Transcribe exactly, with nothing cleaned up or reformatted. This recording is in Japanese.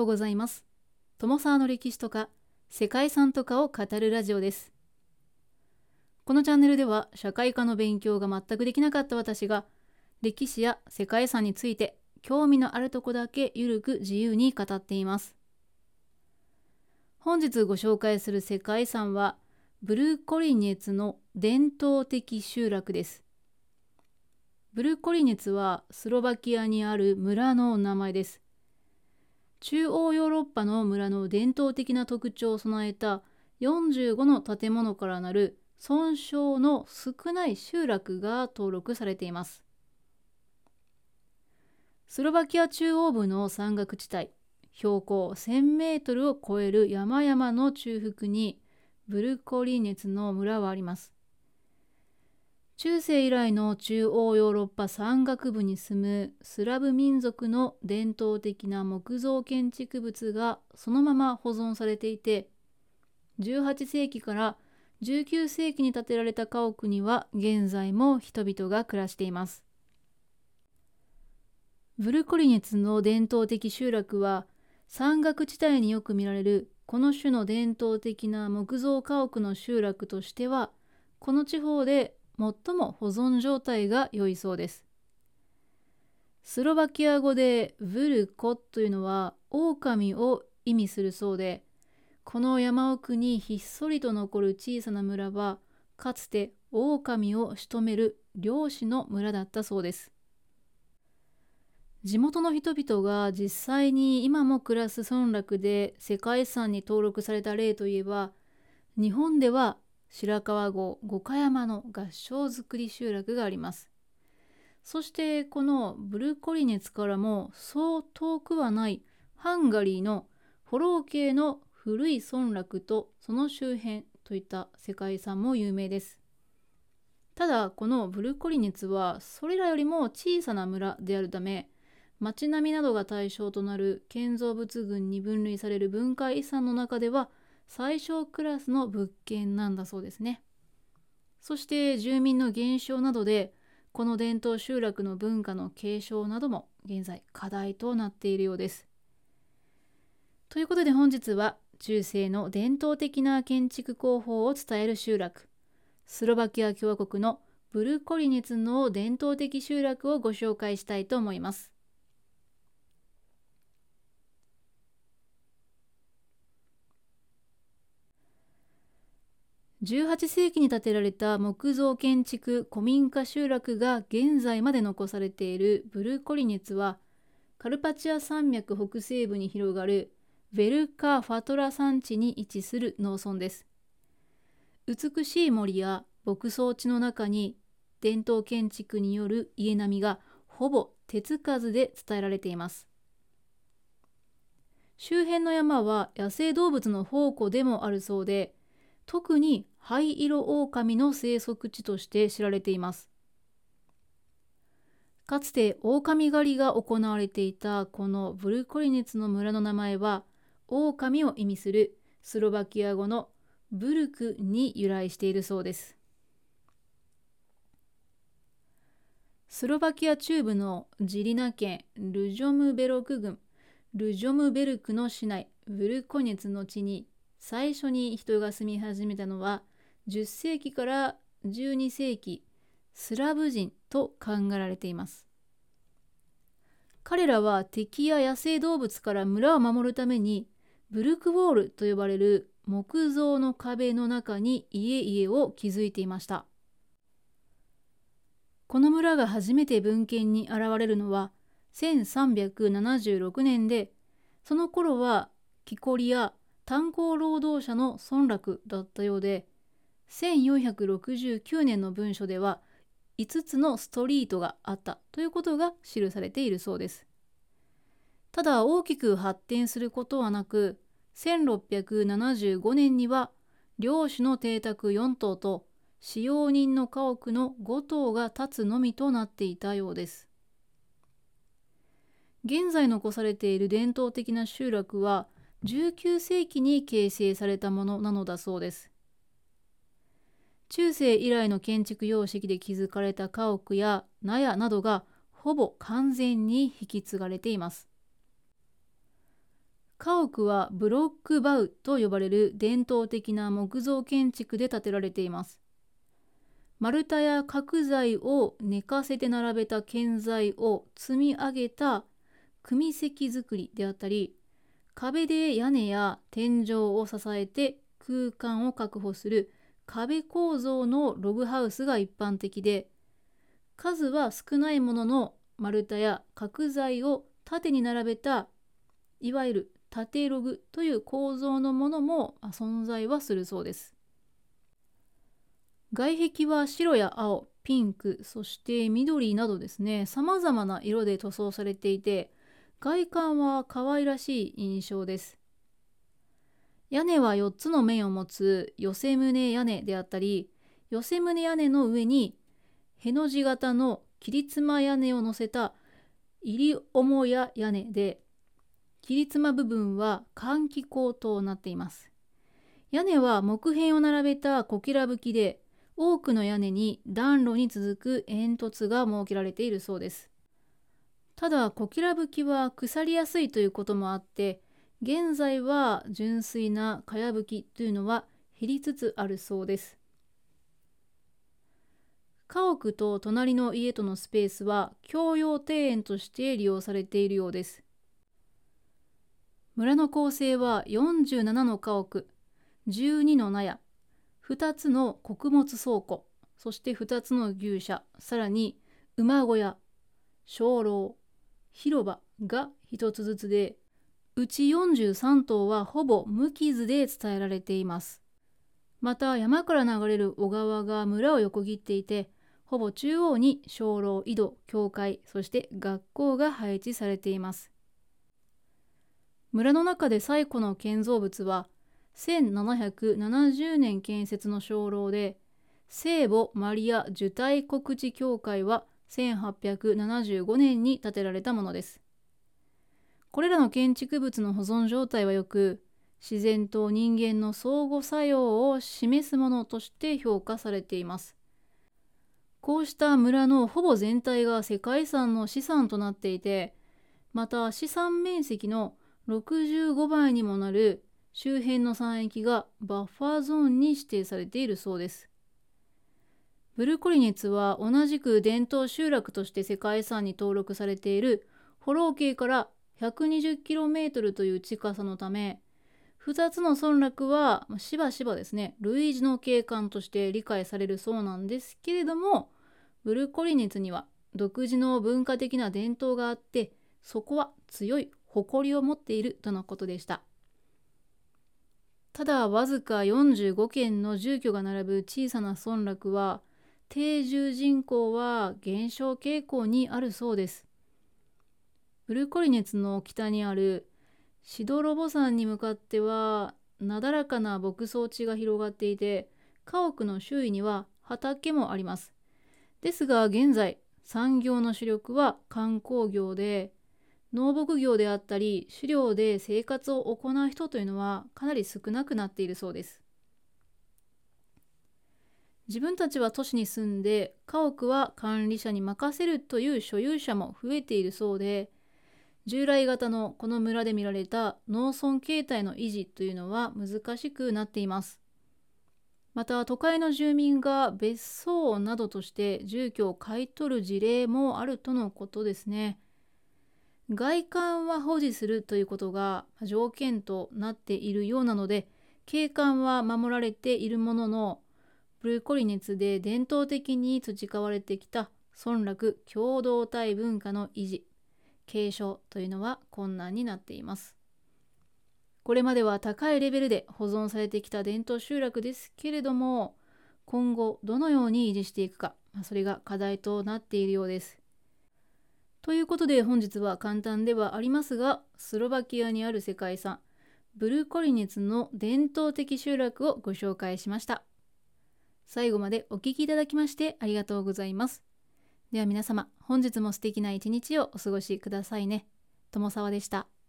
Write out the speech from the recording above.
ございます。友沢の歴史とか世界遺産とかを語るラジオです。このチャンネルでは社会科の勉強が全くできなかった私が歴史や世界遺産について興味のあるとこだけゆるく自由に語っています。本日ご紹介する世界遺産はブルーコリネツの伝統的集落です。ブルーコリネツはスロバキアにある村の名前です。中央ヨーロッパの村の伝統的な特徴を備えたよんじゅうごの建物からなる損傷の少ない集落が登録されています。スロバキア中央部の山岳地帯、標高せんメートルを超える山々の中腹にブルコリネツの村はあります。中世以来の中央ヨーロッパ山岳部に住むスラブ民族の伝統的な木造建築物がそのまま保存されていて、じゅうはちせいきからじゅうきゅうせいきに建てられた家屋には現在も人々が暮らしています。ブルコリネツの伝統的集落は山岳地帯によく見られるこの種の伝統的な木造家屋の集落としては、この地方で最も保存状態が良いそうです。スロバキア語でブルコというのは狼を意味するそうで、この山奥にひっそりと残る小さな村はかつて狼を仕留める猟師の村だったそうです。地元の人々が実際に今も暮らす村落で世界遺産に登録された例といえば、日本では白川郷五箇山の合掌造り集落があります。そしてこのブルコリネツからもそう遠くはないハンガリーのフォロー系の古い村落とその周辺といった世界遺産も有名です。ただこのブルコリネツはそれらよりも小さな村であるため、町並みなどが対象となる建造物群に分類される文化遺産の中では最小クラスの物件なんだそうですね。そして住民の減少などでこの伝統集落の文化の継承なども現在課題となっているようです。ということで本日は中世の伝統的な建築工法を伝える集落、スロバキア共和国のブルコリネツの伝統的集落をご紹介したいと思います。じゅうはちせいきに建てられた木造建築古民家集落が現在まで残されているブルコリネツは、カルパチア山脈北西部に広がるヴェルカ・ファトラ山地に位置する農村です。美しい森や牧草地の中に伝統建築による家並みがほぼ手つかずで伝えられています。周辺の山は野生動物の宝庫でもあるそうで、特に灰色狼の生息地として知られています。かつて狼狩りが行われていたこのブルコリネツの村の名前は、狼を意味するスロバキア語のブルクに由来しているそうです。スロバキア中部のジリナ県ルジョムベロク郡ルジョムベルクの市内ブルコネツの地に最初に人が住み始めたのはじゅっせいきからじゅうにせいきスラブ人と考えられています。彼らは敵や野生動物から村を守るためにブルクウォールと呼ばれる木造の壁の中に家々を築いていました。この村が初めて文献に現れるのはせんさんびゃくななじゅうろくねんで、その頃は木こりや炭鉱労働者の村落だったようで、せんよんひゃくろくじゅうきゅうねんの文書ではいつつのストリートがあったということが記されているそうです。ただ大きく発展することはなく、せんろっぴゃくななじゅうごねんには領主の邸宅よんとうと使用人の家屋のごとうが建つのみとなっていたようです。現在残されている伝統的な集落はじゅうきゅうせいきに形成されたものなのだそうです。中世以来の建築様式で築かれた家屋や納屋などがほぼ完全に引き継がれています。 家屋はブロックバウと呼ばれる伝統的な木造建築で建てられています。丸太や角材を寝かせて並べた建材を積み上げた組石造りであったり、壁で屋根や天井を支えて空間を確保する壁構造のログハウスが一般的で、数は少ないものの丸太や角材を縦に並べたいわゆる縦ログという構造のものも存在はするそうです。外壁は白や青、ピンク、そして緑などですね、様々な色で塗装されていて、外観は可愛らしい印象です。屋根はよっつの面を持つ寄せ棟屋根であったり、寄せ棟屋根の上にへの字型の切妻屋根を乗せた入母屋屋根で、切妻部分は換気口となっています。屋根は木片を並べた小きらぶきで、多くの屋根に暖炉に続く煙突が設けられているそうです。ただ、小きらぶきは腐りやすいということもあって、現在は純粋なかやぶきというのは減りつつあるそうです。家屋と隣の家とのスペースは共用庭園として利用されているようです。村の構成はよんじゅうななの家屋、じゅうにの納屋、ふたつの穀物倉庫、そしてふたつの牛舎、さらに馬小屋、鐘楼、広場がひとつずつで、うちよんじゅうさん棟はほぼ無傷で伝えられています。また山から流れる小川が村を横切っていて、ほぼ中央に鐘楼、井戸、教会、そして学校が配置されています。村の中で最古の建造物はせんななひゃくななじゅうねん建設の鐘楼で、聖母マリア受胎告知教会はせんはっぴゃくななじゅうごねんに建てられたものです。これらの建築物の保存状態は良く、自然と人間の相互作用を示すものとして評価されています。こうした村のほぼ全体が世界遺産の資産となっていて、また資産面積のろくじゅうごばいにもなる周辺の山域がバッファーゾーンに指定されているそうです。ブルコリネツは同じく伝統集落として世界遺産に登録されているホロー渓からひゃくにじゅっキロメートルという近さのため、ふたつの村落はしばしばですね、類似の景観として理解されるそうなんですけれども、ブルコリネツには独自の文化的な伝統があって、そこは強い誇りを持っているとのことでした。ただ、わずかよんじゅうごけんの住居が並ぶ小さな村落は、定住人口は減少傾向にあるそうです。ブルコリネツの北にあるシドロボ山に向かっては、なだらかな牧草地が広がっていて、家屋の周囲には畑もあります。ですが現在、産業の主力は観光業で、農牧業であったり狩猟で生活を行う人というのはかなり少なくなっているそうです。自分たちは都市に住んで家屋は管理者に任せるという所有者も増えているそうで、従来型のこの村で見られた農村形態の維持というのは難しくなっています。また都会の住民が別荘などとして住居を買い取る事例もあるとのことですね。外観は保持するということが条件となっているようなので、景観は守られているものの、ブルコリネツで伝統的に培われてきた村落共同体文化の維持、継承というのは困難になっています。これまでは高いレベルで保存されてきた伝統集落ですけれども、今後どのように維持していくか、それが課題となっているようです。ということで本日は簡単ではありますが、スロバキアにある世界遺産、ブルコリネツの伝統的集落をご紹介しました。最後までお聞きいただきましてありがとうございます。では皆様、本日も素敵な一日をお過ごしくださいね。友沢でした。